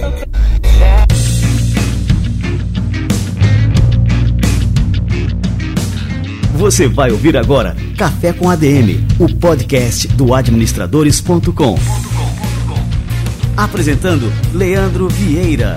Você vai ouvir agora Café com ADM, o podcast do administradores.com. Apresentando Leandro Vieira.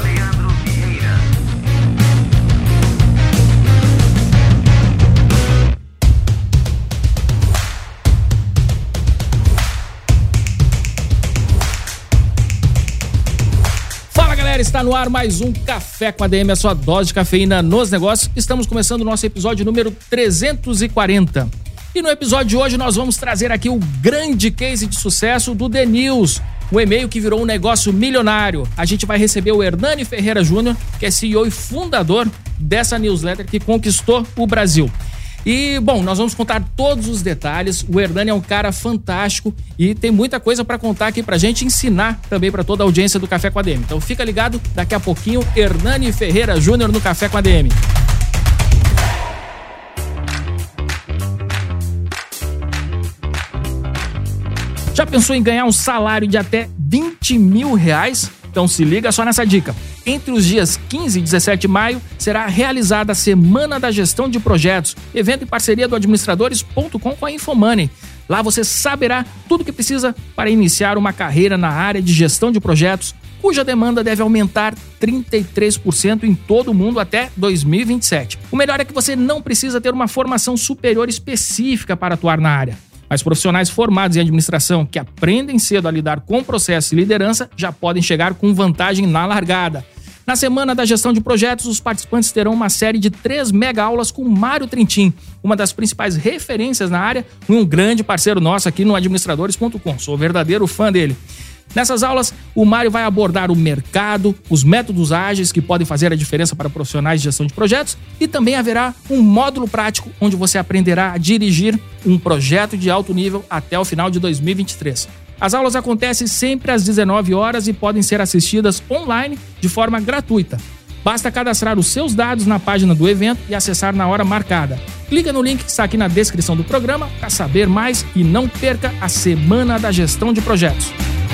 Está no ar mais um Café com ADM, a sua dose de cafeína nos negócios. Estamos começando o nosso episódio número 340. E no episódio de hoje nós vamos trazer aqui o grande case de sucesso do The News, o e-mail que virou um negócio milionário. A gente vai receber o Hernani Ferreira Júnior, que é CEO e fundador dessa newsletter que conquistou o Brasil. E, bom, nós vamos contar todos os detalhes. O Hernani é um cara fantástico e tem muita coisa para contar aqui pra gente, ensinar também para toda a audiência do Café com ADM. Então fica ligado, daqui a pouquinho, Hernani Ferreira Júnior no Café com ADM. Já pensou em ganhar um salário de até 20 mil reais? Então se liga só nessa dica. Entre os dias 15 e 17 de maio será realizada a Semana da Gestão de Projetos, evento em parceria do administradores.com com a Infomoney. Lá você saberá tudo o que precisa para iniciar uma carreira na área de gestão de projetos, cuja demanda deve aumentar 33% em todo o mundo até 2027. O melhor é que você não precisa ter uma formação superior específica para atuar na área. Mas profissionais formados em administração que aprendem cedo a lidar com processo e liderança já podem chegar com vantagem na largada. Na Semana da Gestão de Projetos, os participantes terão uma série de 3 mega aulas com Mário Trentin, uma das principais referências na área e um grande parceiro nosso aqui no administradores.com. Sou verdadeiro fã dele. Nessas aulas, o Mário vai abordar o mercado, os métodos ágeis que podem fazer a diferença para profissionais de gestão de projetos e também haverá um módulo prático onde você aprenderá a dirigir um projeto de alto nível até o final de 2023. As aulas acontecem sempre às 19 horas e podem ser assistidas online de forma gratuita. Basta cadastrar os seus dados na página do evento e acessar na hora marcada. Clica no link que está aqui na descrição do programa para saber mais e não perca a Semana da Gestão de Projetos.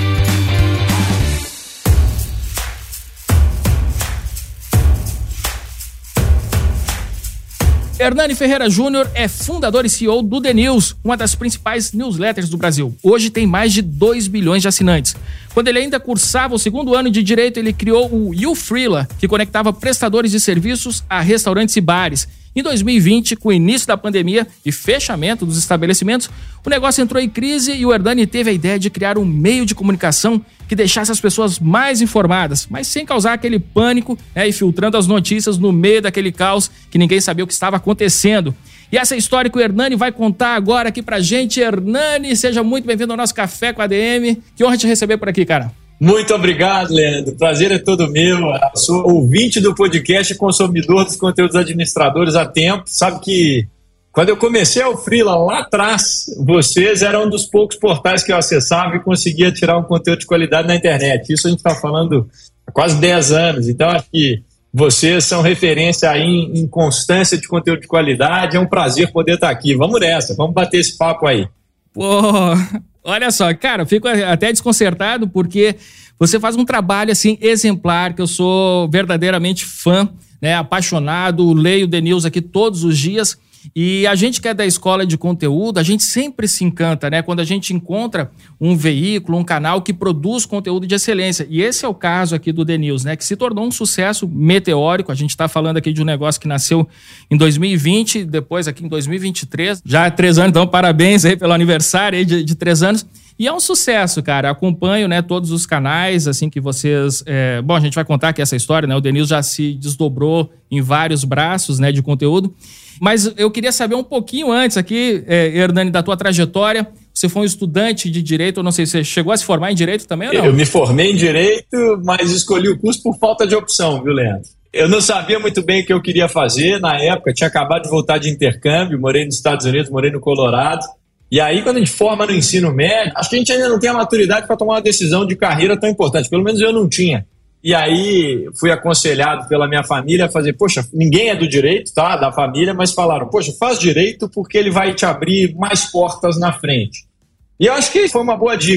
Hernani Ferreira Júnior é fundador e CEO do The News, uma das principais newsletters do Brasil. Hoje tem mais de 2 bilhões de assinantes. Quando ele ainda cursava o 2º ano de Direito, ele criou o YouFreela, que conectava prestadores de serviços a restaurantes e bares. Em 2020, com o início da pandemia e fechamento dos estabelecimentos, o negócio entrou em crise e o Hernani teve a ideia de criar um meio de comunicação que deixasse as pessoas mais informadas, mas sem causar aquele pânico, e filtrando as notícias no meio daquele caos que ninguém sabia o que estava acontecendo. E essa história que o Hernani vai contar agora aqui pra gente. Hernani, seja muito bem-vindo ao nosso Café com a ADM. Que honra te receber por aqui, cara. Muito obrigado, Leandro. O prazer é todo meu. Eu sou ouvinte do podcast e consumidor dos conteúdos administradores há tempo. Sabe que quando eu comecei o Freela lá atrás, vocês eram um dos poucos portais que eu acessava e conseguia tirar um conteúdo de qualidade na internet. Isso a gente está falando há quase 10 anos. Então, acho que vocês são referência aí em constância de conteúdo de qualidade. É um prazer poder estar aqui. Vamos nessa, vamos bater esse papo aí. Pô, olha só, cara, eu fico até desconcertado porque você faz um trabalho assim exemplar, que eu sou verdadeiramente fã, apaixonado, leio The News aqui todos os dias. E a gente que é da escola de conteúdo, a gente sempre se encanta, quando a gente encontra um veículo, um canal que produz conteúdo de excelência. E esse é o caso aqui do The News, que se tornou um sucesso meteórico. A gente está falando aqui de um negócio que nasceu em 2020, depois aqui em 2023. Já há 3 anos, então parabéns aí pelo aniversário aí de 3 anos. E é um sucesso, cara. Acompanho, todos os canais, assim, que vocês... Bom, a gente vai contar aqui essa história, o The News já se desdobrou em vários braços, de conteúdo. Mas eu queria saber um pouquinho antes aqui, Hernani, da tua trajetória. Você foi um estudante de Direito, eu não sei se você chegou a se formar em Direito também ou não? Eu me formei em Direito, mas escolhi o curso por falta de opção, viu, Leandro? Eu não sabia muito bem o que eu queria fazer na época, tinha acabado de voltar de intercâmbio, morei nos Estados Unidos, morei no Colorado. E aí, quando a gente forma no ensino médio, acho que a gente ainda não tem a maturidade para tomar uma decisão de carreira tão importante. Pelo menos eu não tinha. E aí, fui aconselhado pela minha família a fazer, poxa, ninguém é do direito, tá? Da família, mas falaram, poxa, faz direito porque ele vai te abrir mais portas na frente. E eu acho que foi uma boa dica.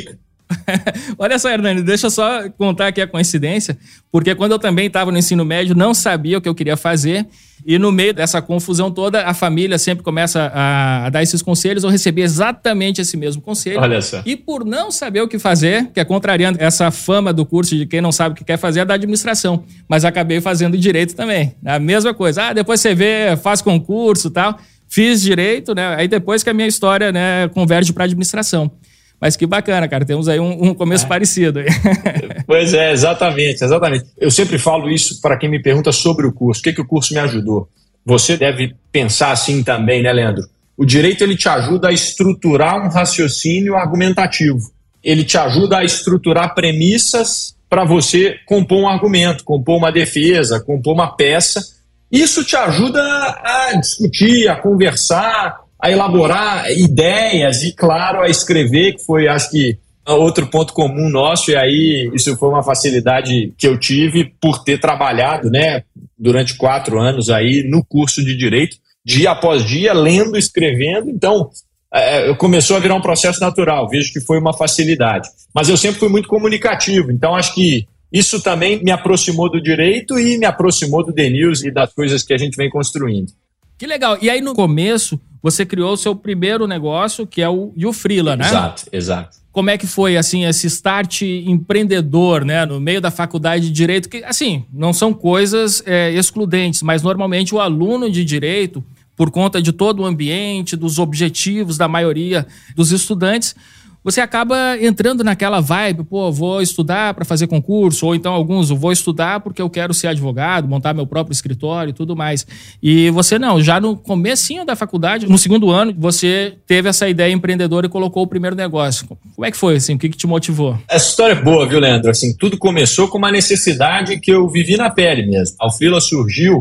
Olha só, Hernani, deixa eu só contar aqui a coincidência, porque quando eu também estava no ensino médio, não sabia o que eu queria fazer, e no meio dessa confusão toda, a família sempre começa a dar esses conselhos, eu recebi exatamente esse mesmo conselho. Olha só. E por não saber o que fazer, que é contrariando essa fama do curso de quem não sabe o que quer fazer, é da administração, mas acabei fazendo direito também, a mesma coisa. Depois você vê, faz concurso e tal, fiz direito, né? Aí depois que a minha história, né, converge para administração. Mas que bacana, cara. Temos aí um começo parecido. Pois é, exatamente. Eu sempre falo isso para quem me pergunta sobre o curso. O que o curso me ajudou? Você deve pensar assim também, né, Leandro? O direito, ele te ajuda a estruturar um raciocínio argumentativo. Ele te ajuda a estruturar premissas para você compor um argumento, compor uma defesa, compor uma peça. Isso te ajuda a discutir, a conversar, a elaborar ideias e, claro, a escrever, que foi, acho que, outro ponto comum nosso, e aí isso foi uma facilidade que eu tive por ter trabalhado, né, durante 4 anos aí no curso de Direito, dia após dia, lendo, escrevendo, então começou a virar um processo natural, vejo que foi uma facilidade. Mas eu sempre fui muito comunicativo, então acho que isso também me aproximou do direito e me aproximou do DNews e das coisas que a gente vem construindo. Que legal. E aí, no começo, você criou o seu primeiro negócio, que é o YouFreela, né? Exato. Como é que foi, assim, esse start empreendedor, né? No meio da faculdade de Direito, que, assim, não são coisas excludentes, mas normalmente o aluno de Direito, por conta de todo o ambiente, dos objetivos da maioria dos estudantes, você acaba entrando naquela vibe, vou estudar para fazer concurso, ou então alguns, vou estudar porque eu quero ser advogado, montar meu próprio escritório e tudo mais. E você não, já no comecinho da faculdade, no 2º ano, você teve essa ideia empreendedora e colocou o primeiro negócio. Como é que foi, assim? O que te motivou? Essa história é boa, viu, Leandro? Assim, tudo começou com uma necessidade que eu vivi na pele mesmo. A YouFreela surgiu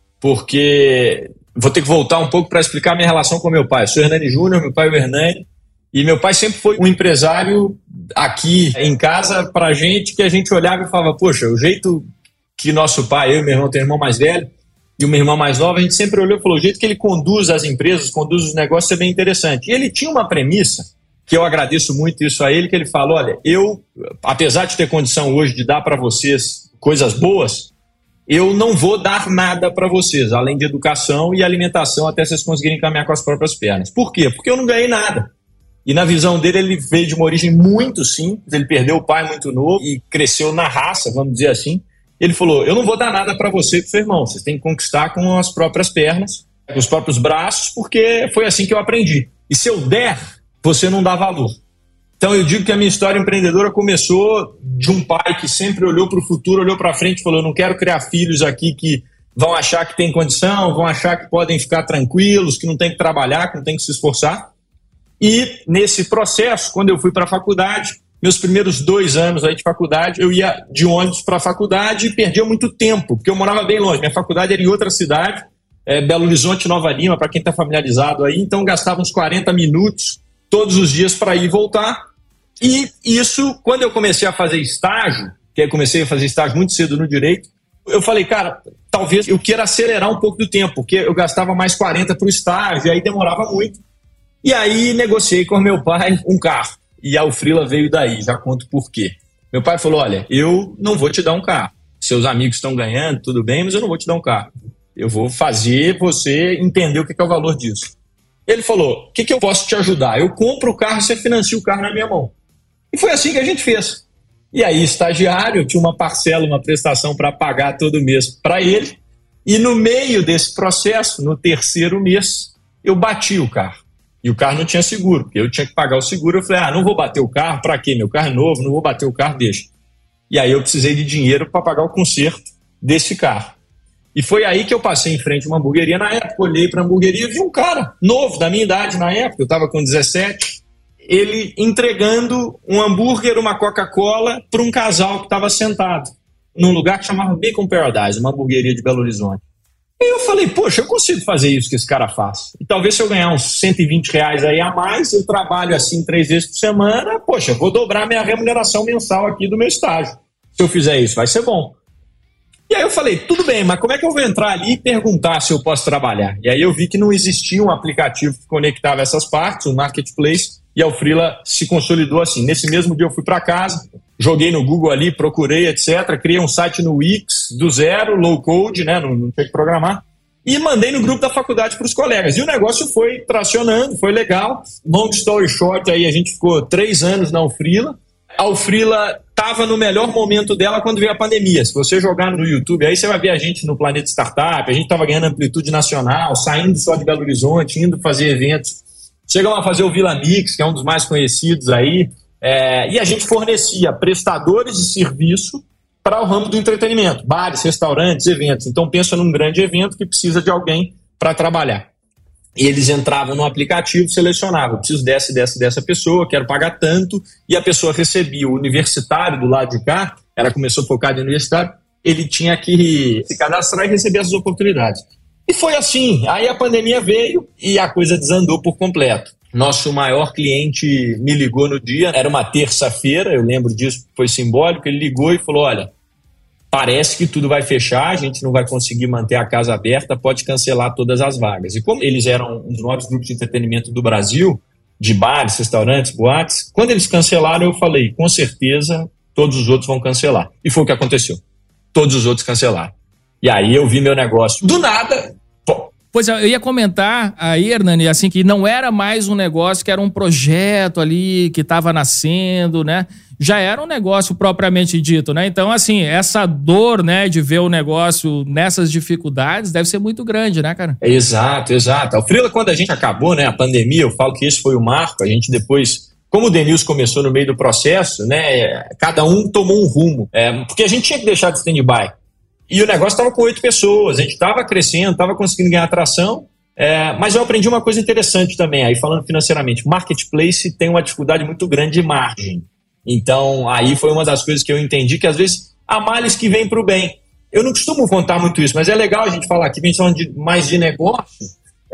porque... Vou ter que voltar um pouco para explicar a minha relação com meu pai. Eu sou Hernani Júnior, meu pai é o Hernani. E meu pai sempre foi um empresário aqui em casa pra gente, que a gente olhava e falava, poxa, o jeito que nosso pai, eu e meu irmão, tem um irmão mais velho e uma irmã mais nova, a gente sempre olhou e falou, o jeito que ele conduz as empresas, conduz os negócios é bem interessante. E ele tinha uma premissa, que eu agradeço muito isso a ele, que ele falou, olha, eu, apesar de ter condição hoje de dar para vocês coisas boas, eu não vou dar nada para vocês, além de educação e alimentação, até vocês conseguirem caminhar com as próprias pernas. Por quê? Porque eu não ganhei nada. E na visão dele, ele veio de uma origem muito simples, ele perdeu o pai muito novo e cresceu na raça, vamos dizer assim. Ele falou, eu não vou dar nada para você e pro seu irmão, vocês têm que conquistar com as próprias pernas, com os próprios braços, porque foi assim que eu aprendi. E se eu der, você não dá valor. Então eu digo que a minha história empreendedora começou de um pai que sempre olhou para o futuro, olhou para frente e falou, eu não quero criar filhos aqui que vão achar que tem condição, vão achar que podem ficar tranquilos, que não tem que trabalhar, que não tem que se esforçar. E nesse processo, quando eu fui para a faculdade, meus primeiros 2 anos aí de faculdade, eu ia de ônibus para a faculdade e perdia muito tempo, porque eu morava bem longe. Minha faculdade era em outra cidade, Belo Horizonte, Nova Lima, para quem está familiarizado aí. Então gastava uns 40 minutos todos os dias para ir e voltar. E isso, quando eu comecei a fazer estágio, que eu comecei a fazer estágio muito cedo no direito, eu falei, cara, talvez eu queira acelerar um pouco do tempo, porque eu gastava mais 40 para o estágio, e aí demorava muito. E aí negociei com meu pai um carro. E a YouFreela veio daí, já conto por quê. Meu pai falou, olha, eu não vou te dar um carro. Seus amigos estão ganhando, tudo bem, mas eu não vou te dar um carro. Eu vou fazer você entender o que é o valor disso. Ele falou, o que eu posso te ajudar? Eu compro o carro e você financia o carro na minha mão. E foi assim que a gente fez. E aí, estagiário, eu tinha uma parcela, uma prestação para pagar todo mês para ele. E no meio desse processo, no 3º mês, eu bati o carro. E o carro não tinha seguro, porque eu tinha que pagar o seguro. Eu falei, não vou bater o carro, para quê? Meu carro é novo, não vou bater o carro, deixa. E aí eu precisei de dinheiro para pagar o conserto desse carro. E foi aí que eu passei em frente a uma hamburgueria. Na época, olhei para a hamburgueria e vi um cara novo, da minha idade na época, eu estava com 17, ele entregando um hambúrguer, uma Coca-Cola para um casal que estava sentado num lugar que chamava Bacon Paradise, uma hamburgueria de Belo Horizonte. E eu falei, poxa, eu consigo fazer isso que esse cara faz. E talvez se eu ganhar uns R$120 aí a mais, eu trabalho assim 3 vezes por semana, poxa, vou dobrar minha remuneração mensal aqui do meu estágio. Se eu fizer isso, vai ser bom. E aí eu falei, tudo bem, mas como é que eu vou entrar ali e perguntar se eu posso trabalhar? E aí eu vi que não existia um aplicativo que conectava essas partes, um marketplace. e a Freela se consolidou assim. Nesse mesmo dia eu fui para casa, joguei no Google ali, procurei, etc. Criei um site no Wix, do zero, low code, né? Não tinha que programar. E mandei no grupo da faculdade para os colegas. E o negócio foi tracionando, foi legal. Long story short, aí a gente ficou 3 anos na Freela. A Freela estava no melhor momento dela quando veio a pandemia. Se você jogar no YouTube, aí você vai ver a gente no Planeta Startup, a gente estava ganhando amplitude nacional, saindo só de Belo Horizonte, indo fazer eventos. Chegamos a fazer o Vila Mix, que é um dos mais conhecidos aí, e a gente fornecia prestadores de serviço para o ramo do entretenimento, bares, restaurantes, eventos. Então pensa num grande evento que precisa de alguém para trabalhar. E eles entravam no aplicativo, selecionavam, preciso dessa pessoa, quero pagar tanto, e a pessoa recebia. O universitário do lado de cá, ela começou focada em universitário, ele tinha que se cadastrar e receber essas oportunidades. E foi assim, aí a pandemia veio e a coisa desandou por completo. Nosso maior cliente me ligou no dia, era uma terça-feira, eu lembro disso, foi simbólico, ele ligou e falou, olha, parece que tudo vai fechar, a gente não vai conseguir manter a casa aberta, pode cancelar todas as vagas. E como eles eram um dos maiores grupos de entretenimento do Brasil, de bares, restaurantes, boates, quando eles cancelaram, eu falei, com certeza, todos os outros vão cancelar. E foi o que aconteceu. Todos os outros cancelaram. E aí eu vi meu negócio. Do nada... Pois é, eu ia comentar aí, Hernani, assim, que não era mais um negócio, que era um projeto ali que estava nascendo, né? Já era um negócio propriamente dito, né? Então, assim, essa dor, né, de ver o negócio nessas dificuldades deve ser muito grande, né, cara? Exato. A Freela, quando a gente acabou, né, a pandemia, eu falo que esse foi o marco, a gente depois... Como o Denilson começou no meio do processo, né, cada um tomou um rumo, porque a gente tinha que deixar de stand-by. E o negócio estava com 8 pessoas, a gente estava crescendo, estava conseguindo ganhar atração, mas eu aprendi uma coisa interessante também, aí falando financeiramente, marketplace tem uma dificuldade muito grande de margem. Então, aí foi uma das coisas que eu entendi, que às vezes há males que vêm para o bem. Eu não costumo contar muito isso, mas é legal a gente falar aqui, a gente falando mais de negócio.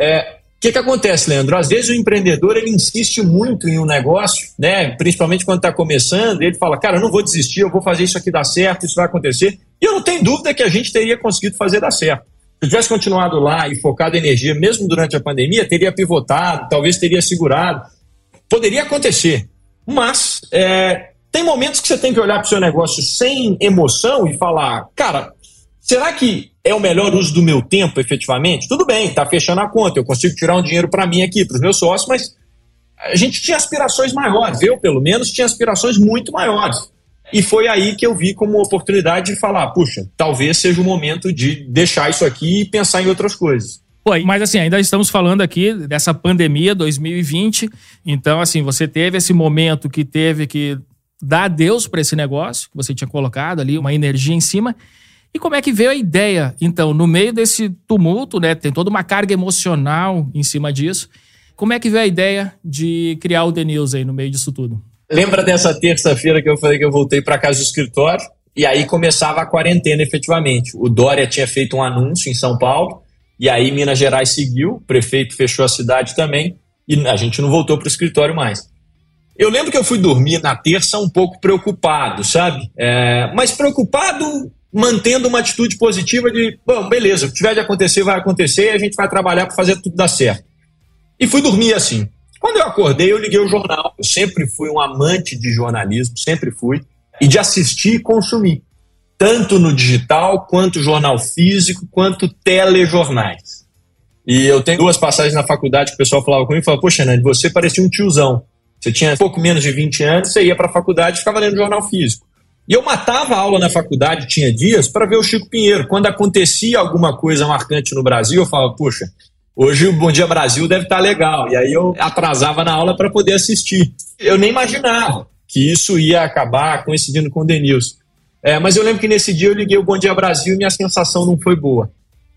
O que acontece, Leandro? Às vezes o empreendedor ele insiste muito em um negócio, né? Principalmente quando está começando, ele fala, cara, eu não vou desistir, eu vou fazer isso aqui dar certo, isso vai acontecer. E eu não tenho dúvida que a gente teria conseguido fazer dar certo. Se eu tivesse continuado lá e focado energia, mesmo durante a pandemia, teria pivotado, talvez teria segurado. Poderia acontecer. Mas tem momentos que você tem que olhar para o seu negócio sem emoção e falar, cara, será que é o melhor uso do meu tempo, efetivamente? Tudo bem, está fechando a conta, eu consigo tirar um dinheiro para mim aqui, para os meus sócios, mas a gente tinha aspirações maiores, eu, pelo menos, tinha aspirações muito maiores. E foi aí que eu vi como oportunidade de falar, puxa, talvez seja o momento de deixar isso aqui e pensar em outras coisas. Pô, mas assim, ainda estamos falando aqui dessa pandemia 2020, então assim, você teve esse momento que teve que dar adeus para esse negócio, que você tinha colocado ali, uma energia em cima. E como é que veio a ideia, então, no meio desse tumulto, né, tem toda uma carga emocional em cima disso, como é que veio a ideia de criar o The News aí no meio disso tudo? Lembra dessa terça-feira que eu falei que eu voltei para casa do escritório? E aí começava a quarentena, efetivamente. O Dória tinha feito um anúncio em São Paulo, e aí Minas Gerais seguiu, o prefeito fechou a cidade também, e a gente não voltou para o escritório mais. Eu lembro que eu fui dormir na terça um pouco preocupado, sabe? Mas preocupado mantendo uma atitude positiva de, bom, beleza, o que tiver de acontecer vai acontecer e a gente vai trabalhar para fazer tudo dar certo. E fui dormir assim. Quando eu acordei, eu liguei o jornal. Eu sempre fui um amante de jornalismo, sempre fui, e de assistir e consumir. Tanto no digital, quanto jornal físico, quanto telejornais. E eu tenho 2 passagens na faculdade que o pessoal falava comigo e falava, poxa, Nando, você parecia um tiozão. Você tinha pouco menos de 20 anos, você ia para a faculdade e ficava lendo jornal físico. E eu matava a aula na faculdade, tinha dias, para ver o Chico Pinheiro. Quando acontecia alguma coisa marcante no Brasil, eu falava, puxa, hoje o Bom Dia Brasil deve estar legal. E aí eu atrasava na aula para poder assistir. Eu nem imaginava que isso ia acabar coincidindo com o Denilson. Mas eu lembro que nesse dia eu liguei o Bom Dia Brasil e minha sensação não foi boa.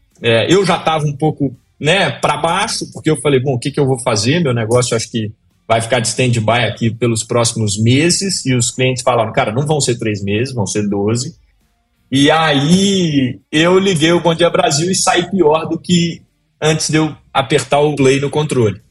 Eu já estava um pouco, né, para baixo, porque eu falei, bom, o que eu vou fazer? Meu negócio acho que vai ficar de stand-by aqui pelos próximos meses, e os clientes falaram, cara, não vão ser 3 meses, vão ser 12. E aí eu liguei o Bom Dia Brasil e saí pior do que antes de eu apertar o play no controle.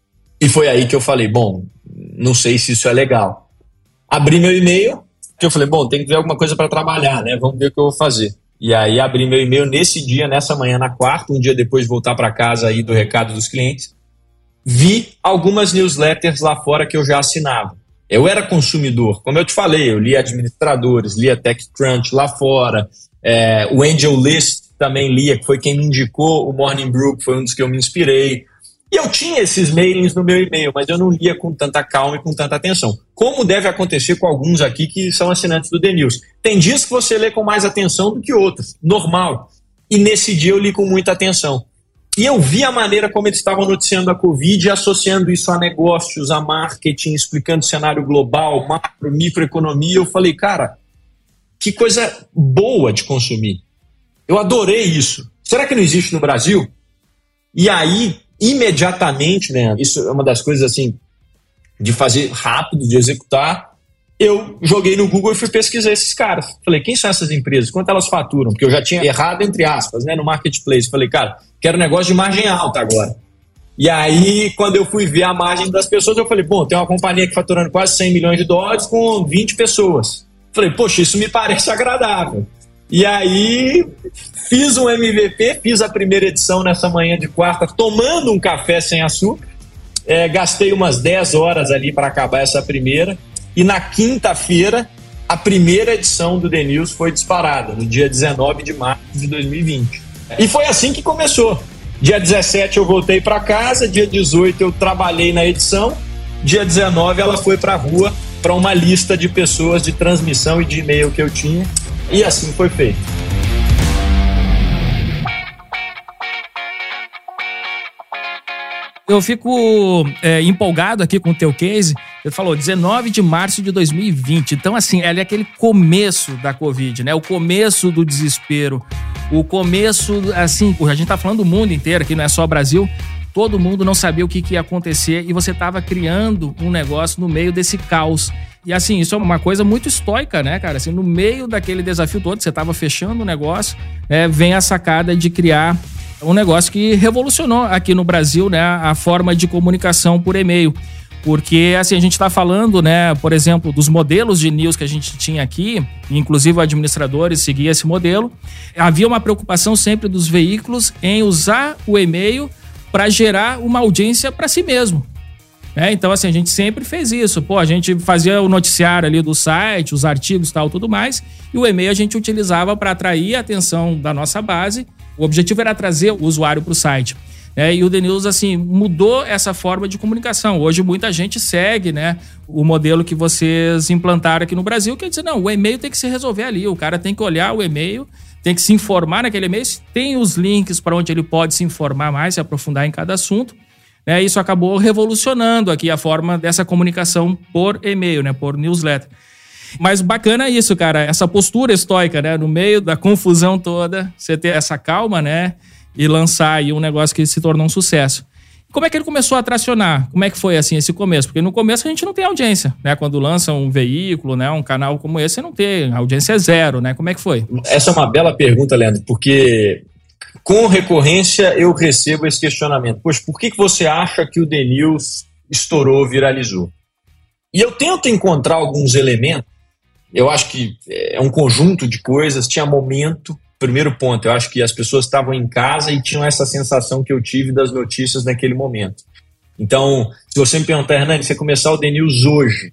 E foi aí que eu falei, bom, não sei se isso é legal. Abri meu e-mail, que eu falei, bom, tem que ver alguma coisa para trabalhar, né? Vamos ver o que eu vou fazer. E aí abri meu e-mail nesse dia, nessa manhã, na quarta, um dia depois de voltar para casa aí do recado dos clientes. vi algumas newsletters lá fora que eu já assinava. Eu era consumidor, como eu te falei, eu lia Administradores, lia TechCrunch lá fora, o AngelList também lia, que foi quem me indicou, o Morning Brew, que foi um dos que eu me inspirei. E eu tinha esses mailings no meu e-mail, mas eu não lia com tanta calma e com tanta atenção. Como deve acontecer com alguns aqui que são assinantes do The News. Tem dias que você lê com mais atenção do que outros, normal. E nesse dia eu li com muita atenção. E eu vi a maneira como eles estavam noticiando a Covid e associando isso a negócios, a marketing, explicando o cenário global, macro, microeconomia. Eu falei, cara, que coisa boa de consumir. Eu adorei isso. Será que não existe no Brasil? E aí, imediatamente, né, isso é uma das coisas assim, de fazer rápido, de executar, eu joguei no Google e fui pesquisar esses caras. Falei, quem são essas empresas? Quanto elas faturam? Porque eu já tinha errado, entre aspas, né, no marketplace. Falei, cara, quero negócio de margem alta agora. E aí, quando eu fui ver a margem das pessoas, eu falei, bom, tem uma companhia que faturando quase 100 milhões de dólares com 20 pessoas. Falei, poxa, isso me parece agradável. E aí, fiz um MVP, fiz a primeira edição nessa manhã de quarta, tomando um café sem açúcar. Gastei umas 10 horas ali para acabar essa primeira. E na quinta-feira, a primeira edição do The News foi disparada, no dia 19 de março de 2020. E foi assim que começou. Dia 17 eu voltei para casa, dia 18 eu trabalhei na edição, dia 19 ela foi para a rua, para uma lista de pessoas de transmissão e de e-mail que eu tinha, e assim foi feito. Eu fico empolgado aqui com o teu case. Ele falou 19 de março de 2020. Então, assim, é aquele começo da Covid, né? O começo do desespero. O começo, assim, a gente tá falando do mundo inteiro aqui, não é só Brasil. Todo mundo não sabia o que ia acontecer e você tava criando um negócio no meio desse caos. E, assim, isso é uma coisa muito estoica, né, cara? Assim, no meio daquele desafio todo, você tava fechando o negócio, vem a sacada de criar um negócio que revolucionou aqui no Brasil, né, a forma de comunicação por e-mail. Porque, assim, a gente está falando, né, por exemplo, dos modelos de news que a gente tinha aqui, inclusive o Administradores seguia esse modelo. Havia uma preocupação sempre dos veículos em usar o e-mail para gerar uma audiência para si mesmo. Então, assim, a gente sempre fez isso. A gente fazia o noticiário ali do site, os artigos e tal, tudo mais, e o e-mail a gente utilizava para atrair a atenção da nossa base. O objetivo era trazer o usuário para o site. E o The News, assim, mudou essa forma de comunicação. Hoje muita gente segue, né, o modelo que vocês implantaram aqui no Brasil, que é dizer, não, o e-mail tem que se resolver ali, o cara tem que olhar o e-mail, tem que se informar naquele e-mail, tem os links para onde ele pode se informar mais, se aprofundar em cada assunto. Isso acabou revolucionando aqui a forma dessa comunicação por e-mail, né, por newsletter. Mas bacana isso, cara, essa postura estoica, né, no meio da confusão toda, você ter essa calma, né, e lançar aí um negócio que se tornou um sucesso. Como é que ele começou a tracionar? Como é que foi, assim, esse começo? Porque no começo a gente não tem audiência, né, quando lança um veículo, né, um canal como esse, você não tem, a audiência é zero, né, como é que foi? Essa é uma bela pergunta, Leandro, porque com recorrência eu recebo esse questionamento. Poxa, por que você acha que o The News estourou, viralizou? E eu tento encontrar alguns elementos. Eu acho que é um conjunto de coisas, tinha momento. Primeiro ponto, eu acho que as pessoas estavam em casa e tinham essa sensação que eu tive das notícias naquele momento. Então, se você me perguntar, Hernani, você começar o The News hoje,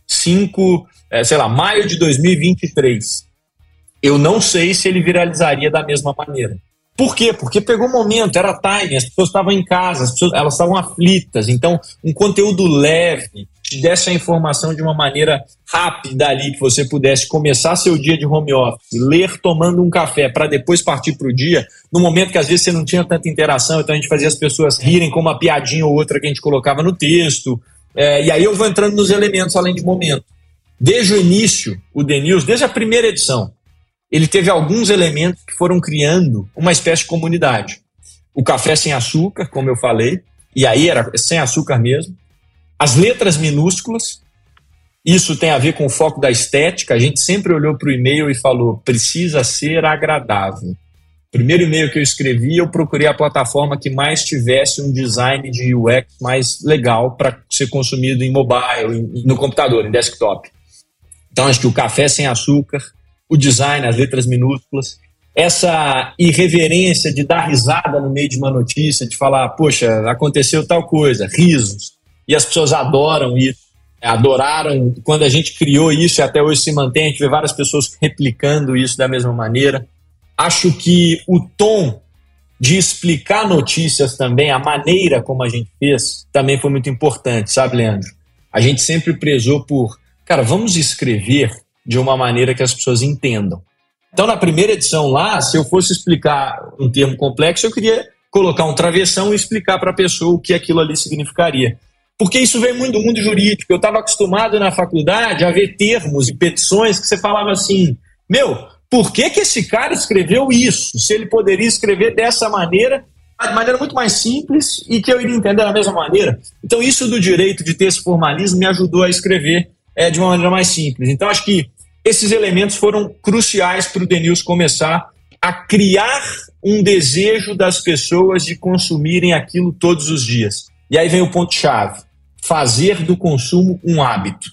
maio de 2023, eu não sei se ele viralizaria da mesma maneira. Por quê? Porque pegou o momento, era time, as pessoas estavam em casa, as pessoas elas estavam aflitas. Então, um conteúdo leve, te desse a informação de uma maneira rápida ali, que você pudesse começar seu dia de home office, ler tomando um café para depois partir para o dia, no momento que às vezes você não tinha tanta interação, então a gente fazia as pessoas rirem com uma piadinha ou outra que a gente colocava no texto. E aí eu vou entrando nos elementos além de momento. Desde o início, o The News, desde a primeira edição, ele teve alguns elementos que foram criando uma espécie de comunidade. O café sem açúcar, como eu falei, e aí era sem açúcar mesmo. As letras minúsculas, isso tem a ver com o foco da estética. A gente sempre olhou para o e-mail e falou, precisa ser agradável. Primeiro e-mail que eu escrevi, eu procurei a plataforma que mais tivesse um design de UX mais legal para ser consumido em mobile, no computador, em desktop. Então, acho que o café sem açúcar, o design, as letras minúsculas, essa irreverência de dar risada no meio de uma notícia, de falar, poxa, aconteceu tal coisa, risos. E as pessoas adoram isso, adoraram quando a gente criou isso e até hoje se mantém, a gente vê várias pessoas replicando isso da mesma maneira. Acho que o tom de explicar notícias também, a maneira como a gente fez, também foi muito importante, sabe, Leandro? A gente sempre prezou por, cara, vamos escrever de uma maneira que as pessoas entendam. Então, na primeira edição lá, se eu fosse explicar um termo complexo, eu queria colocar um travessão e explicar para a pessoa o que aquilo ali significaria. Porque isso vem muito do mundo jurídico. Eu estava acostumado na faculdade a ver termos e petições que você falava assim, por que esse cara escreveu isso? Se ele poderia escrever dessa maneira, de maneira muito mais simples e que eu iria entender da mesma maneira. Então, isso do direito de ter esse formalismo me ajudou a escrever de uma maneira mais simples. Então, acho que esses elementos foram cruciais para o The News começar a criar um desejo das pessoas de consumirem aquilo todos os dias. E aí vem o ponto-chave, fazer do consumo um hábito.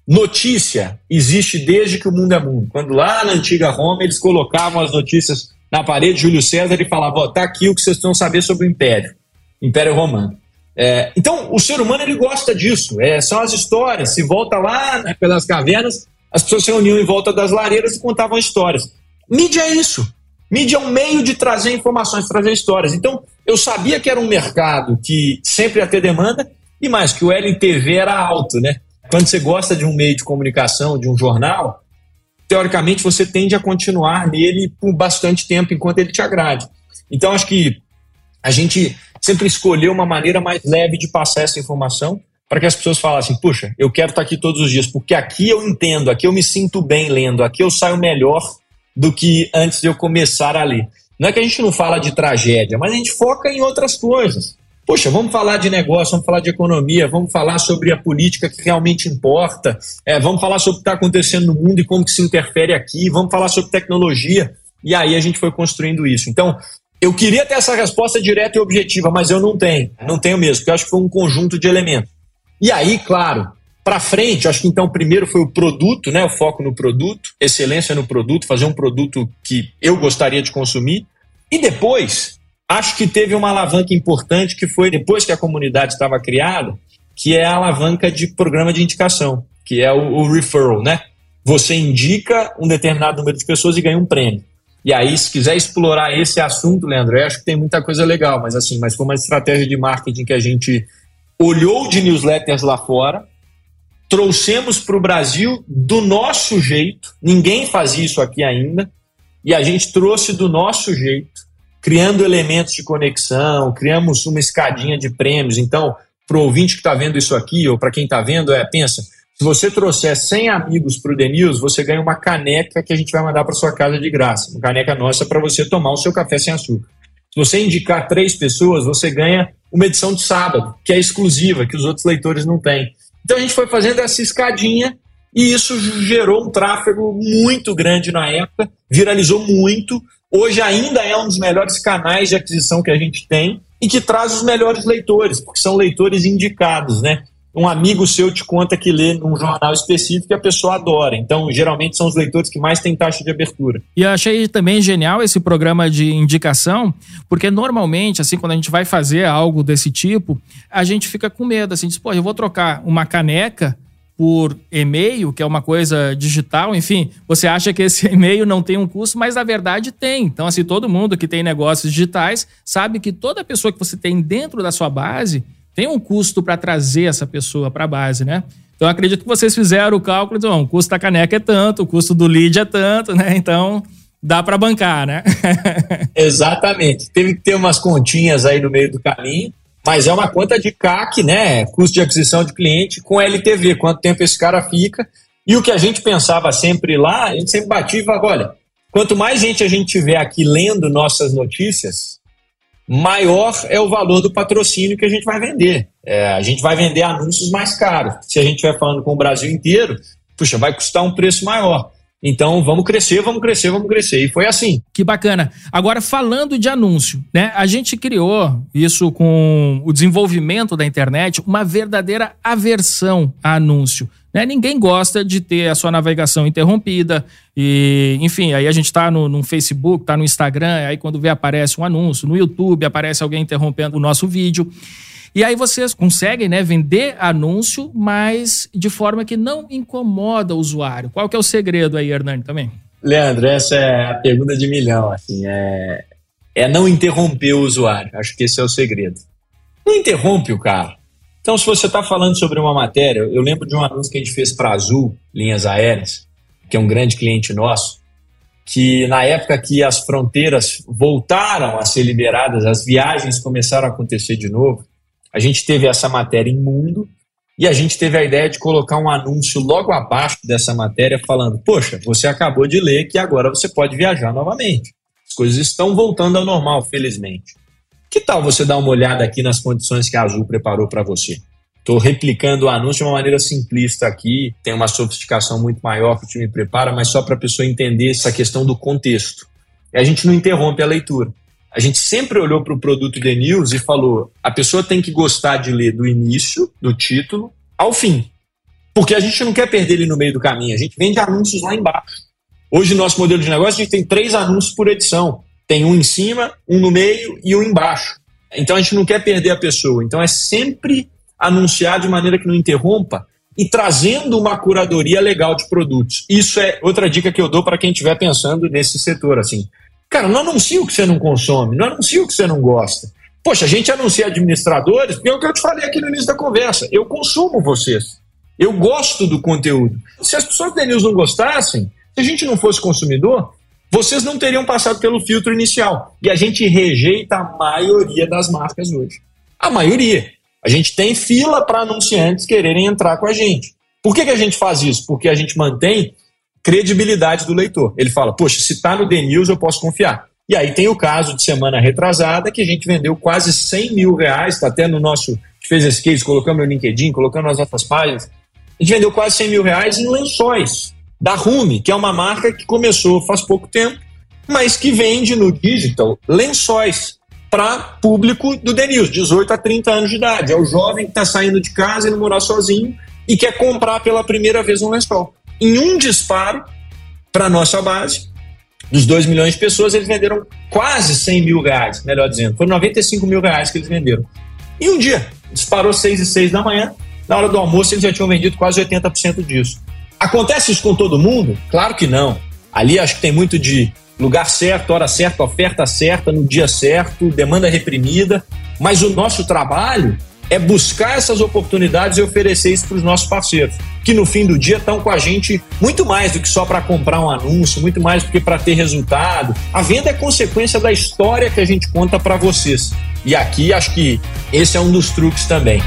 Notícia existe desde que o mundo é mundo. Quando lá na antiga Roma eles colocavam as notícias na parede de Júlio César e falavam, tá aqui o que vocês precisam saber sobre o Império Romano. Então, o ser humano ele gosta disso, são as histórias. Se volta lá pelas cavernas, as pessoas se reuniam em volta das lareiras e contavam histórias. Mídia é isso. Mídia é um meio de trazer informações, trazer histórias. Então, eu sabia que era um mercado que sempre ia ter demanda e mais, que o LTV era alto, né? Quando você gosta de um meio de comunicação, de um jornal, teoricamente você tende a continuar nele por bastante tempo, enquanto ele te agrade. Então, acho que a gente sempre escolheu uma maneira mais leve de passar essa informação para que as pessoas falassem, puxa, eu quero estar aqui todos os dias, porque aqui eu entendo, aqui eu me sinto bem lendo, aqui eu saio melhor do que antes de eu começar a ler. Não é que a gente não fala de tragédia, mas a gente foca em outras coisas. Poxa, vamos falar de negócio, vamos falar de economia, vamos falar sobre a política que realmente importa, vamos falar sobre o que está acontecendo no mundo e como que se interfere aqui, vamos falar sobre tecnologia, e aí a gente foi construindo isso. Então, eu queria ter essa resposta direta e objetiva, mas eu não tenho mesmo, porque eu acho que foi um conjunto de elementos. E aí, claro, para frente, acho que então primeiro foi o produto, né, o foco no produto, excelência no produto, fazer um produto que eu gostaria de consumir. E depois, acho que teve uma alavanca importante que foi depois que a comunidade estava criada, que é a alavanca de programa de indicação, que é o referral, né? Você indica um determinado número de pessoas e ganha um prêmio. E aí, se quiser explorar esse assunto, Leandro, eu acho que tem muita coisa legal, mas foi uma estratégia de marketing que a gente olhou de newsletters lá fora, trouxemos para o Brasil do nosso jeito, ninguém fazia isso aqui ainda, e a gente trouxe do nosso jeito, criando elementos de conexão, criamos uma escadinha de prêmios. Então, para o ouvinte que está vendo isso aqui, ou para quem está vendo, pensa, se você trouxer 100 amigos para o The News, você ganha uma caneca que a gente vai mandar para sua casa de graça, uma caneca nossa para você tomar o seu café sem açúcar. Se você indicar 3 pessoas, você ganha uma edição de sábado, que é exclusiva, que os outros leitores não têm. Então a gente foi fazendo essa escadinha e isso gerou um tráfego muito grande na época, viralizou muito. Hoje ainda é um dos melhores canais de aquisição que a gente tem e que traz os melhores leitores, porque são leitores indicados, né? Um amigo seu te conta que lê num jornal específico e a pessoa adora. Então, geralmente, são os leitores que mais têm taxa de abertura. E eu achei também genial esse programa de indicação, porque normalmente, assim, quando a gente vai fazer algo desse tipo, a gente fica com medo, assim, diz, pô, eu vou trocar uma caneca por e-mail, que é uma coisa digital, enfim, você acha que esse e-mail não tem um custo, mas na verdade tem. Então, assim, todo mundo que tem negócios digitais sabe que toda pessoa que você tem dentro da sua base tem um custo para trazer essa pessoa para a base, né? Então, eu acredito que vocês fizeram o cálculo, então, o custo da caneca é tanto, o custo do lead é tanto, né? Então, dá para bancar, né? Exatamente. Teve que ter umas continhas aí no meio do caminho, mas é uma conta de CAC, né? Custo de aquisição de cliente com LTV, quanto tempo esse cara fica. E o que a gente pensava sempre lá, a gente sempre batia e falava, olha, quanto mais gente a gente tiver aqui lendo nossas notícias, maior é o valor do patrocínio que a gente vai vender. A gente vai vender anúncios mais caros. Se a gente estiver falando com o Brasil inteiro, puxa, vai custar um preço maior. Então, vamos crescer, vamos crescer, vamos crescer. E foi assim. Que bacana. Agora, falando de anúncio, né? A gente criou isso com o desenvolvimento da internet, uma verdadeira aversão a anúncio. né? Ninguém gosta de ter a sua navegação interrompida e, enfim, aí a gente tá no Facebook, tá no Instagram, aí quando vê aparece um anúncio, no YouTube aparece alguém interrompendo o nosso vídeo. E aí vocês conseguem, né, vender anúncio, mas de forma que não incomoda o usuário. Qual que é o segredo aí, Hernani, também? Leandro, essa é a pergunta de milhão, assim, é não interromper o usuário. Acho que esse é o segredo. Não interrompe o cara. Então, se você está falando sobre uma matéria, eu lembro de um anúncio que a gente fez para a Azul Linhas Aéreas, que é um grande cliente nosso, que na época que as fronteiras voltaram a ser liberadas, as viagens começaram a acontecer de novo, a gente teve essa matéria em Mundo e a gente teve a ideia de colocar um anúncio logo abaixo dessa matéria falando, poxa, você acabou de ler que agora você pode viajar novamente. As coisas estão voltando ao normal, felizmente. Que tal você dar uma olhada aqui nas condições que a Azul preparou para você? Estou replicando o anúncio de uma maneira simplista aqui, tem uma sofisticação muito maior que o time prepara, mas só para a pessoa entender essa questão do contexto. E a gente não interrompe a leitura. A gente sempre olhou para o produto The News e falou, a pessoa tem que gostar de ler do início, do título, ao fim. Porque a gente não quer perder ele no meio do caminho, a gente vende anúncios lá embaixo. Hoje, no nosso modelo de negócio, a gente tem 3 anúncios por edição. Tem um em cima, um no meio e um embaixo. Então, a gente não quer perder a pessoa. Então, é sempre anunciar de maneira que não interrompa e trazendo uma curadoria legal de produtos. Isso é outra dica que eu dou para quem estiver pensando nesse setor, assim. Cara, não anuncia o que você não consome, não anuncia o que você não gosta. Poxa, a gente anuncia administradores, porque é o que eu te falei aqui no início da conversa. Eu consumo vocês. Eu gosto do conteúdo. Se as pessoas do The News não gostassem, se a gente não fosse consumidor, vocês não teriam passado pelo filtro inicial. E a gente rejeita a maioria das marcas hoje. A maioria. A gente tem fila para anunciantes quererem entrar com a gente. Por que a gente faz isso? Porque a gente mantém credibilidade do leitor. Ele fala, poxa, se está no The News eu posso confiar. E aí tem o caso de semana retrasada que a gente vendeu quase 100 mil reais, está até no nosso, a gente fez esse case, colocamos no LinkedIn, colocamos nas nossas páginas, a gente vendeu quase 100 mil reais em lençóis da Rume, que é uma marca que começou faz pouco tempo, mas que vende no digital lençóis para público do The News, 18 a 30 anos de idade. É o jovem que está saindo de casa e não morar sozinho e quer comprar pela primeira vez um lençol. Em um disparo, para a nossa base, dos 2 milhões de pessoas, eles venderam quase 100 mil reais, melhor dizendo. Foram 95 mil reais que eles venderam. E um dia, disparou 6h06 da manhã, na hora do almoço eles já tinham vendido quase 80% disso. Acontece isso com todo mundo? Claro que não. Ali acho que tem muito de lugar certo, hora certa, oferta certa, no dia certo, demanda reprimida. Mas o nosso trabalho é buscar essas oportunidades e oferecer isso para os nossos parceiros, que no fim do dia estão com a gente muito mais do que só para comprar um anúncio, muito mais do que para ter resultado. A venda é consequência da história que a gente conta para vocês. E aqui acho que esse é um dos truques também.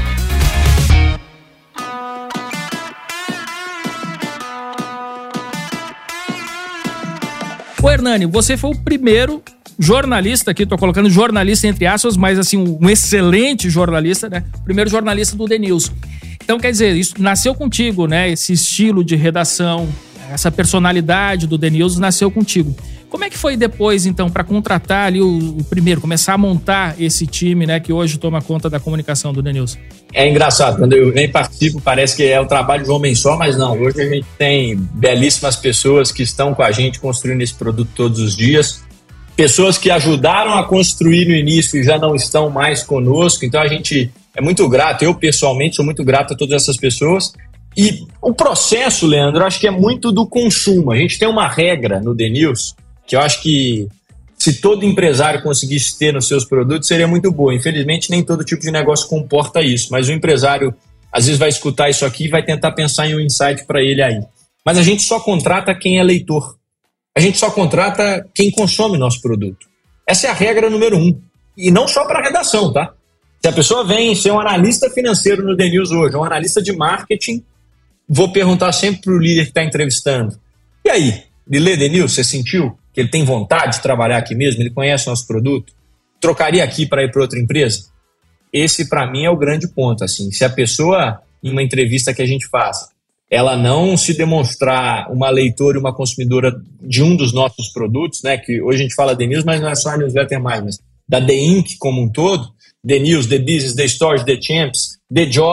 Ô Hernani, você foi o primeiro jornalista aqui, tô colocando jornalista entre aspas, mas assim, um excelente jornalista, né? O primeiro jornalista do The News. Então, quer dizer, isso nasceu contigo, né? Esse estilo de redação, essa personalidade do The News nasceu contigo. Como é que foi depois, então, para contratar ali o primeiro, começar a montar esse time, né, que hoje toma conta da comunicação do The News? É engraçado, quando eu nem participo, parece que é o trabalho de um homem só, mas não. Hoje a gente tem belíssimas pessoas que estão com a gente construindo esse produto todos os dias. Pessoas que ajudaram a construir no início e já não estão mais conosco. Então a gente é muito grato, eu pessoalmente sou muito grato a todas essas pessoas. E o processo, Leandro, eu acho que é muito do consumo. A gente tem uma regra no The News que eu acho que se todo empresário conseguisse ter nos seus produtos seria muito boa. Infelizmente nem todo tipo de negócio comporta isso, mas o empresário às vezes vai escutar isso aqui e vai tentar pensar em um insight para ele aí. Mas a gente só contrata quem é leitor. A gente só contrata quem consome nosso produto. Essa é a regra número 1. E não só para a redação, tá? Se a pessoa vem ser um analista financeiro no The News hoje, um analista de marketing, vou perguntar sempre para o líder que está entrevistando. E aí, ele lê The News? Você sentiu que ele tem vontade de trabalhar aqui mesmo? Ele conhece o nosso produto? Trocaria aqui para ir para outra empresa? Esse, para mim, é o grande ponto. Assim. Se a pessoa, em uma entrevista que a gente faz, ela não se demonstrar uma leitora e uma consumidora de um dos nossos produtos, né, que hoje a gente fala The News, mas não é só a newsletter mais, mas da The Inc. como um todo, The News, The Business, The Stories, The Champs, The Jobs,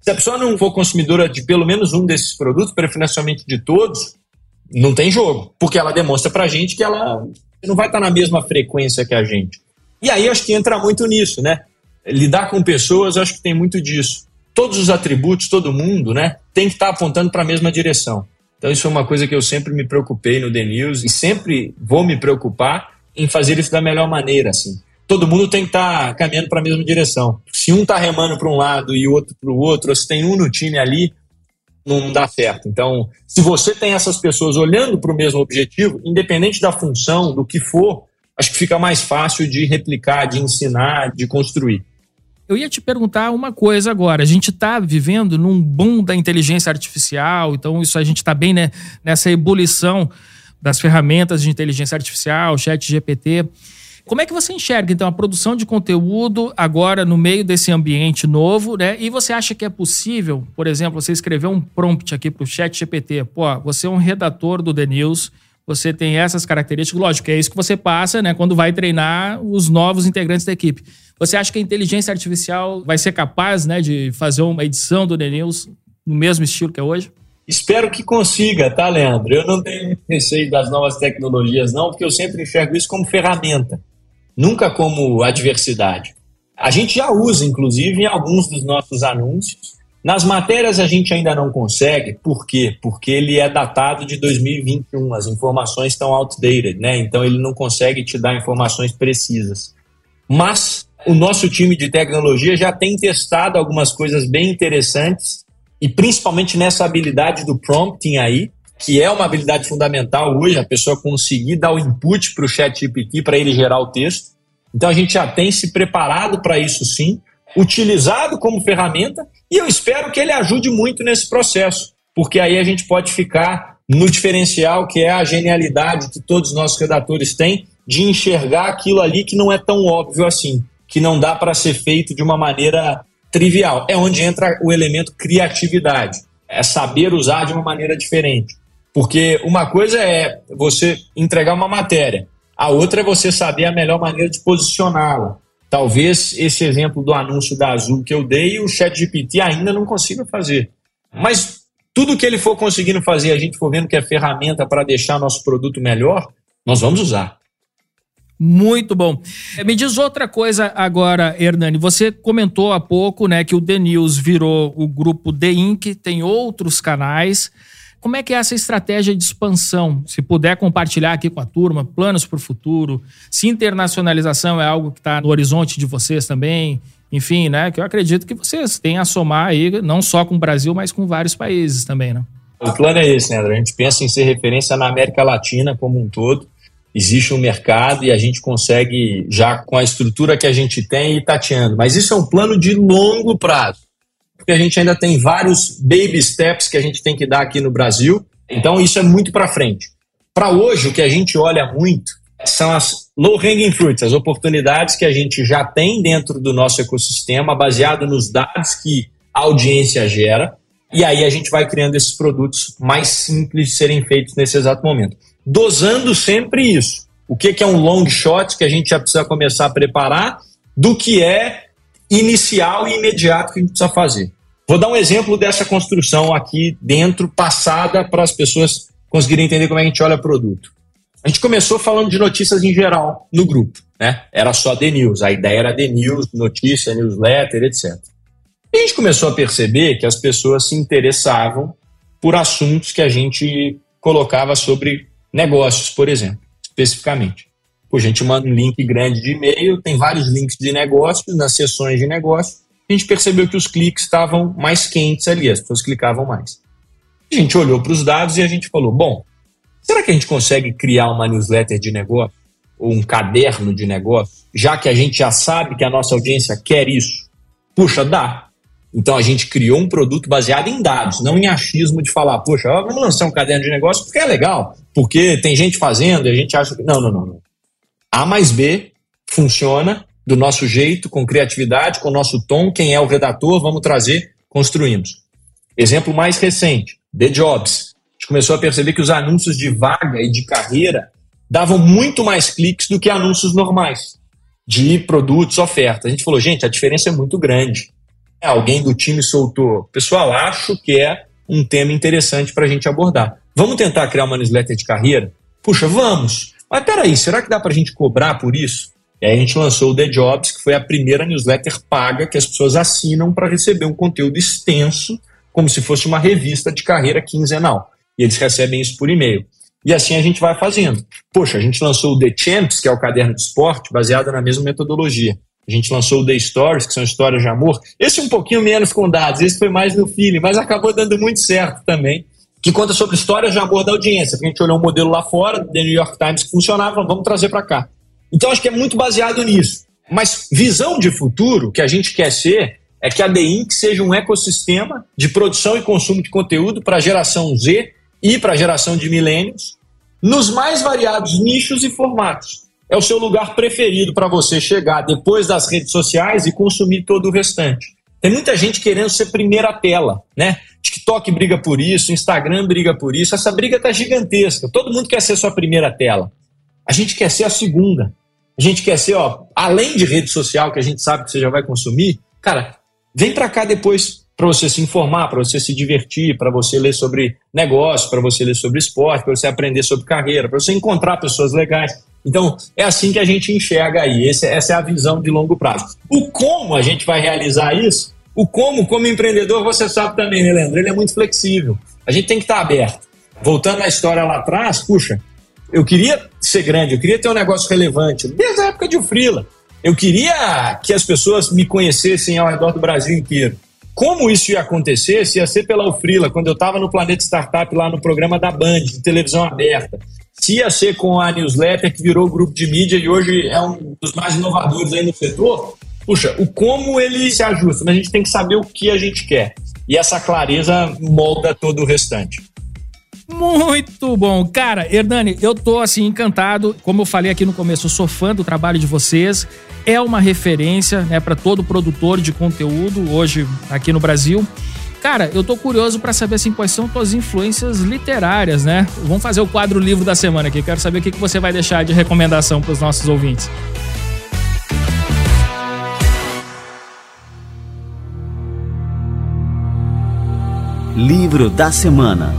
Se a pessoa não for consumidora de pelo menos um desses produtos, preferencialmente de todos, não tem jogo, porque ela demonstra pra gente que ela não vai estar na mesma frequência que a gente. E aí acho que entra muito nisso, né? Lidar com pessoas, acho que tem muito disso. Todos os atributos, todo mundo, né, tem que estar apontando para a mesma direção. Então isso é uma coisa que eu sempre me preocupei no The News e sempre vou me preocupar em fazer isso da melhor maneira, assim. Todo mundo tem que estar caminhando para a mesma direção. Se um está remando para um lado e o outro para o outro, ou se tem um no time ali, não dá certo. Então, se você tem essas pessoas olhando para o mesmo objetivo, independente da função, do que for, acho que fica mais fácil de replicar, de ensinar, de construir. Eu ia te perguntar uma coisa agora. A gente está vivendo num boom da inteligência artificial, então isso a gente está bem, né, nessa ebulição das ferramentas de inteligência artificial, ChatGPT. Como é que você enxerga, então, a produção de conteúdo agora no meio desse ambiente novo, né? E você acha que é possível, por exemplo, você escrever um prompt aqui para o ChatGPT, você é um redator do The News, você tem essas características, lógico, é isso que você passa, né, quando vai treinar os novos integrantes da equipe. Você acha que a inteligência artificial vai ser capaz, né, de fazer uma edição do The News no mesmo estilo que é hoje? Espero que consiga, tá, Leandro? Eu não tenho receio das novas tecnologias, não, porque eu sempre enxergo isso como ferramenta, nunca como adversidade. A gente já usa, inclusive, em alguns dos nossos anúncios. Nas matérias a gente ainda não consegue. Por quê? Porque ele é datado de 2021, as informações estão outdated, né? Então ele não consegue te dar informações precisas. Mas o nosso time de tecnologia já tem testado algumas coisas bem interessantes, e principalmente nessa habilidade do prompting aí, que é uma habilidade fundamental hoje, a pessoa conseguir dar o input para o ChatGPT para ele gerar o texto. Então a gente já tem se preparado para isso sim, utilizado como ferramenta, e eu espero que ele ajude muito nesse processo, porque aí a gente pode ficar no diferencial que é a genialidade que todos os nossos redatores têm de enxergar aquilo ali que não é tão óbvio assim, que não dá para ser feito de uma maneira trivial. É onde entra o elemento criatividade, é saber usar de uma maneira diferente. Porque uma coisa é você entregar uma matéria, a outra é você saber a melhor maneira de posicioná-la. Talvez esse exemplo do anúncio da Azul que eu dei, o ChatGPT ainda não consiga fazer. Mas tudo que ele for conseguindo fazer, a gente for vendo que é ferramenta para deixar nosso produto melhor, nós vamos usar. Muito bom. Me diz outra coisa agora, Hernani. Você comentou há pouco, né, que o The News virou o grupo The Inc., tem outros canais. Como é que é essa estratégia de expansão? Se puder compartilhar aqui com a turma, planos para o futuro, se internacionalização é algo que está no horizonte de vocês também, enfim, né? Que eu acredito que vocês têm a somar aí, não só com o Brasil, mas com vários países também, né? O plano é esse, Leandro. A gente pensa em ser referência na América Latina como um todo. Existe um mercado e a gente consegue, já com a estrutura que a gente tem, ir tateando. Mas isso é um plano de longo prazo, porque a gente ainda tem vários baby steps que a gente tem que dar aqui no Brasil. Então isso é muito para frente. Para hoje, o que a gente olha muito são as low-hanging fruits, as oportunidades que a gente já tem dentro do nosso ecossistema, baseado nos dados que a audiência gera, e aí a gente vai criando esses produtos mais simples de serem feitos nesse exato momento. Dosando sempre isso. O que é um long shot que a gente já precisa começar a preparar do que é inicial e imediato que a gente precisa fazer. Vou dar um exemplo dessa construção aqui dentro, passada, para as pessoas conseguirem entender como é que a gente olha produto. A gente começou falando de notícias em geral no grupo, né? Era só The News, a ideia era The News, notícia, newsletter, etc. E a gente começou a perceber que as pessoas se interessavam por assuntos que a gente colocava sobre negócios, por exemplo, especificamente. A gente manda um link grande de e-mail, tem vários links de negócios nas seções de negócio. A gente percebeu que os cliques estavam mais quentes ali, as pessoas clicavam mais. A gente olhou para os dados e a gente falou, bom, será que a gente consegue criar uma newsletter de negócio ou um caderno de negócio, já que a gente já sabe que a nossa audiência quer isso? Puxa, dá. Então a gente criou um produto baseado em dados, não em achismo de falar, poxa, vamos lançar um caderno de negócio porque é legal, porque tem gente fazendo e a gente acha que... Não. A mais B funciona do nosso jeito, com criatividade, com o nosso tom, quem é o redator, vamos trazer, construímos. Exemplo mais recente, The Jobs. A gente começou a perceber que os anúncios de vaga e de carreira davam muito mais cliques do que anúncios normais, de produtos, ofertas. A gente falou, gente, a diferença é muito grande. Alguém do time soltou: pessoal, acho que é um tema interessante para a gente abordar. Vamos tentar criar uma newsletter de carreira? Puxa, vamos. Mas peraí, será que dá para a gente cobrar por isso? E aí a gente lançou o The Jobs, que foi a primeira newsletter paga que as pessoas assinam para receber um conteúdo extenso, como se fosse uma revista de carreira quinzenal. E eles recebem isso por e-mail. E assim a gente vai fazendo. Poxa, a gente lançou o The Champs, que é o caderno de esporte, baseado na mesma metodologia. A gente lançou o The Stories, que são histórias de amor. Esse um pouquinho menos com dados, esse foi mais no feeling, mas acabou dando muito certo também, que conta sobre histórias de amor da audiência. A gente olhou um modelo lá fora, The New York Times, que funcionava, vamos trazer para cá. Então acho que é muito baseado nisso. Mas visão de futuro, que a gente quer ser, é que a The Inc. seja um ecossistema de produção e consumo de conteúdo para a geração Z e para a geração de milênios, nos mais variados nichos e formatos. É o seu lugar preferido para você chegar depois das redes sociais e consumir todo o restante. Tem muita gente querendo ser primeira tela, né? TikTok briga por isso, Instagram briga por isso, essa briga está gigantesca. Todo mundo quer ser sua primeira tela. A gente quer ser a segunda. A gente quer ser, além de rede social, que a gente sabe que você já vai consumir, cara, vem para cá depois para você se informar, para você se divertir, para você ler sobre negócio, para você ler sobre esporte, para você aprender sobre carreira, para você encontrar pessoas legais. Então, é assim que a gente enxerga aí. Essa é a visão de longo prazo. O como a gente vai realizar isso, o como empreendedor, você sabe também, né, Leandro? Ele é muito flexível. A gente tem que estar aberto. Voltando à história lá atrás, puxa, eu queria ser grande, eu queria ter um negócio relevante, desde a época de o Freela. Eu queria que as pessoas me conhecessem ao redor do Brasil inteiro. Como isso ia acontecer, se ia ser pela Ufrila, quando eu estava no Planeta Startup, lá no programa da Band, de televisão aberta. Se ia ser com a newsletter, que virou o grupo de mídia e hoje é um dos mais inovadores aí no setor. Puxa, o como ele se ajusta, mas a gente tem que saber o que a gente quer. E essa clareza molda todo o restante. Muito bom. Cara, Hernani, eu tô assim encantado. Como eu falei aqui no começo, eu sou fã do trabalho de vocês. É uma referência, né, para todo produtor de conteúdo hoje aqui no Brasil. Cara, eu tô curioso para saber assim, quais são tuas influências literárias, né? Vamos fazer o quadro livro da semana aqui. Quero saber o que você vai deixar de recomendação para os nossos ouvintes. Livro da semana.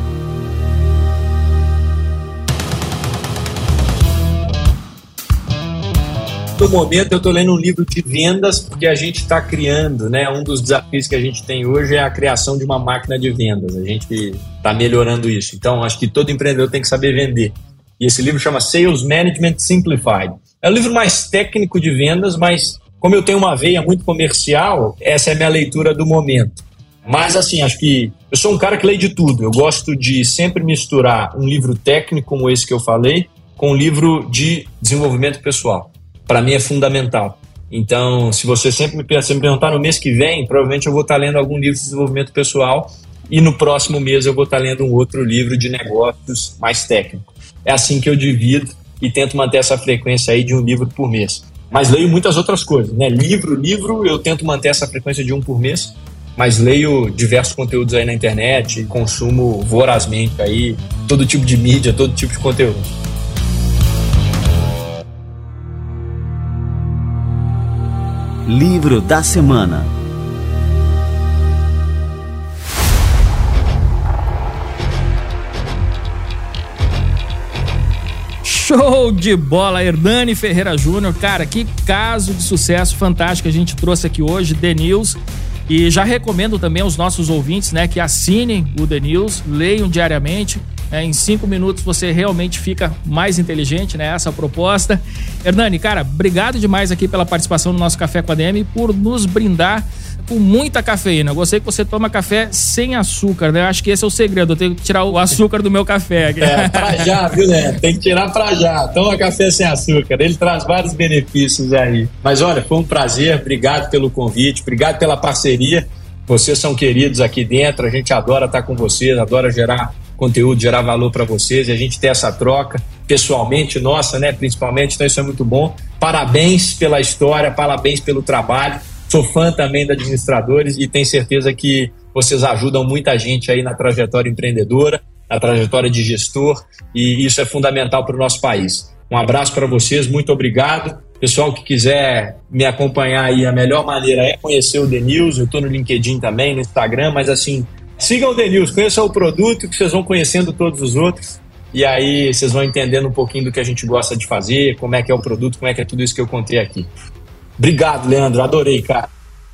No momento eu estou lendo um livro de vendas porque a gente está criando, né? Um dos desafios que a gente tem hoje é a criação de uma máquina de vendas. A gente está melhorando isso. Então, acho que todo empreendedor tem que saber vender. E esse livro chama Sales Management Simplified. É um livro mais técnico de vendas, mas como eu tenho uma veia muito comercial, essa é a minha leitura do momento. Mas, assim, acho que eu sou um cara que lê de tudo. Eu gosto de sempre misturar um livro técnico, como esse que eu falei, com um livro de desenvolvimento pessoal. Para mim é fundamental. Então, se você sempre me perguntar no mês que vem, provavelmente eu vou estar lendo algum livro de desenvolvimento pessoal e no próximo mês eu vou estar lendo um outro livro de negócios mais técnico. É assim que eu divido e tento manter essa frequência aí de um livro por mês. Mas leio muitas outras coisas, né? Livro, eu tento manter essa frequência de um por mês, mas leio diversos conteúdos aí na internet, consumo vorazmente aí todo tipo de mídia, todo tipo de conteúdo. Livro da semana. Show de bola, Hernani Ferreira Júnior. Cara, que caso de sucesso fantástico a gente trouxe aqui hoje, The News. E já recomendo também aos nossos ouvintes, né, que assinem o The News, leiam diariamente. Em 5 minutos você realmente fica mais inteligente, né? Essa é a proposta. Hernani, cara, obrigado demais aqui pela participação no nosso Café com a ADM e por nos brindar com muita cafeína. Eu gostei que você toma café sem açúcar, né? Eu acho que esse é o segredo. Eu tenho que tirar o açúcar do meu café aqui. Pra já, viu, né? Tem que tirar pra já. Toma café sem açúcar. Ele traz vários benefícios aí. Mas olha, foi um prazer. Obrigado pelo convite. Obrigado pela parceria. Vocês são queridos aqui dentro. A gente adora estar com vocês, adora gerar conteúdo, gerar valor para vocês e a gente ter essa troca pessoalmente, nossa, né, principalmente, então isso é muito bom. Parabéns pela história, parabéns pelo trabalho, sou fã também da Administradores e tenho certeza que vocês ajudam muita gente aí na trajetória empreendedora, na trajetória de gestor e isso é fundamental para o nosso país. Um abraço para vocês, muito obrigado Pessoal que quiser me acompanhar aí, a melhor maneira é conhecer o The News. Eu estou no LinkedIn também, no Instagram, mas assim, sigam o The News, conheçam o produto, que vocês vão conhecendo todos os outros. E aí vocês vão entendendo um pouquinho do que a gente gosta de fazer, como é que é o produto, como é que é tudo isso que eu contei aqui. Obrigado, Leandro, adorei, cara.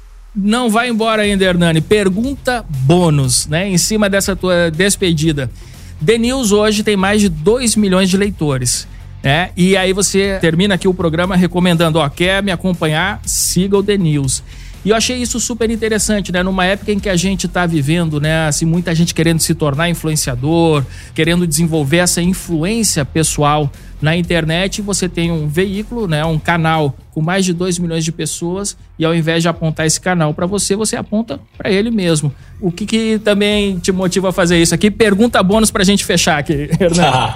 Não vai embora ainda, Hernani. Pergunta bônus, né? Em cima dessa tua despedida. The News hoje tem mais de 2 milhões de leitores. E aí você termina aqui o programa recomendando, quer me acompanhar? Siga o The News. E eu achei isso super interessante, né? Numa época em que a gente está vivendo, né? Assim, muita gente querendo se tornar influenciador, querendo desenvolver essa influência pessoal na internet, você tem um veículo, né? Um canal com mais de 2 milhões de pessoas e ao invés de apontar esse canal para você, você aponta para ele mesmo. O que também te motiva a fazer isso aqui? Pergunta bônus para a gente fechar aqui, Hernani.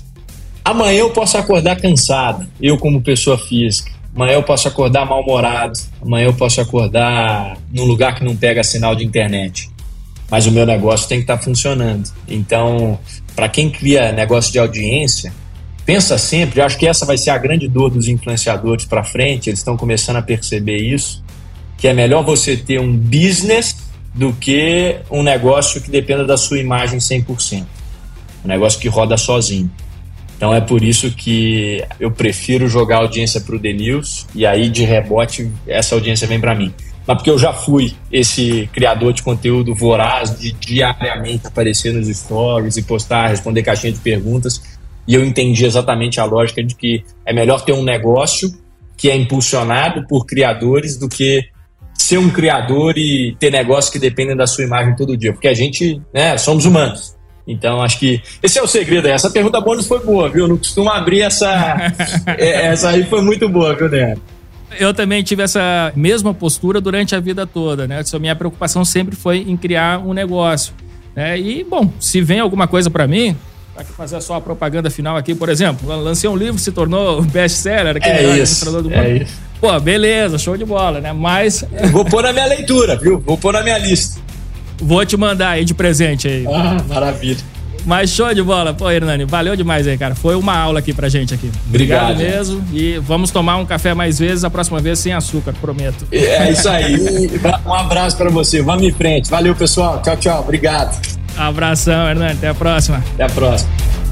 Amanhã eu posso acordar cansado, eu como pessoa física. Amanhã eu posso acordar mal-humorado. Amanhã eu posso acordar num lugar que não pega sinal de internet. Mas o meu negócio tem que estar funcionando. Então, para quem cria negócio de audiência, pensa sempre, eu acho que essa vai ser a grande dor dos influenciadores para frente, eles estão começando a perceber isso, que é melhor você ter um business do que um negócio que dependa da sua imagem 100%. Um negócio que roda sozinho. Então é por isso que eu prefiro jogar a audiência para o The News e aí de rebote essa audiência vem para mim. Mas porque eu já fui esse criador de conteúdo voraz de diariamente aparecer nos stories e postar, responder caixinha de perguntas, e eu entendi exatamente a lógica de que é melhor ter um negócio que é impulsionado por criadores do que ser um criador e ter negócios que dependem da sua imagem todo dia, porque a gente, né, somos humanos. Então, acho que esse é o segredo aí. Essa pergunta bônus foi boa, viu? Eu não costumo abrir essa... essa aí foi muito boa, viu, Neto? Eu também tive essa mesma postura durante a vida toda, né? A minha preocupação sempre foi em criar um negócio, né? E, bom, se vem alguma coisa para mim, para fazer só a propaganda final aqui, por exemplo, lancei um livro, se tornou best-seller, aquele melhor ilustrador do mundo. É isso. Pô, beleza, show de bola, né? Mas... Vou pôr na minha leitura, viu? Vou pôr na minha lista. Vou te mandar aí de presente aí. Maravilha. Mas show de bola. Pô, Hernani, valeu demais aí, cara. Foi uma aula aqui pra gente aqui. Obrigado mesmo. E vamos tomar um café mais vezes, a próxima vez sem açúcar, prometo. É isso aí. Um abraço pra você. Vamos em frente. Valeu, pessoal. Tchau, tchau. Obrigado. Abração, Hernani. Até a próxima. Até a próxima.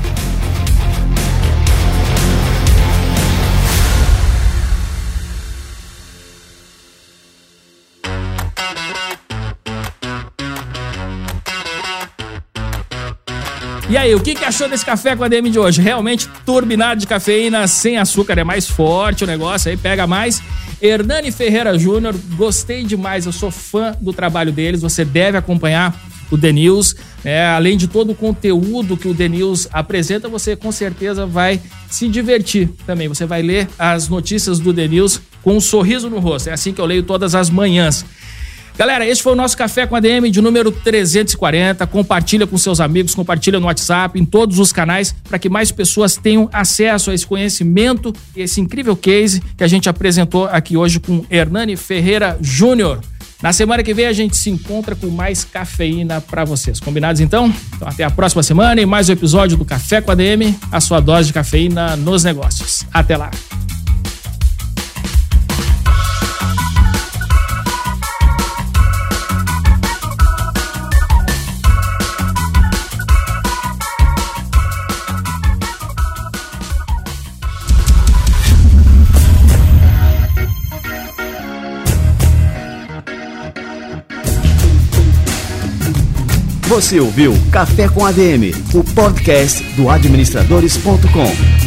E aí, o que achou desse café com a ADM de hoje? Realmente turbinado de cafeína, sem açúcar, é mais forte o negócio, aí pega mais. Hernani Ferreira Júnior, gostei demais, eu sou fã do trabalho deles, você deve acompanhar o The News, além de todo o conteúdo que o The News apresenta, você com certeza vai se divertir também, você vai ler as notícias do The News com um sorriso no rosto, é assim que eu leio todas as manhãs. Galera, esse foi o nosso Café com a ADM de número 340. Compartilha com seus amigos, compartilha no WhatsApp, em todos os canais, para que mais pessoas tenham acesso a esse conhecimento e esse incrível case que a gente apresentou aqui hoje com Hernani Ferreira Júnior. Na semana que vem a gente se encontra com mais cafeína para vocês. Combinados então? Então até a próxima semana e mais um episódio do Café com a ADM, a sua dose de cafeína nos negócios. Até lá! Você ouviu Café com ADM, o podcast do administradores.com.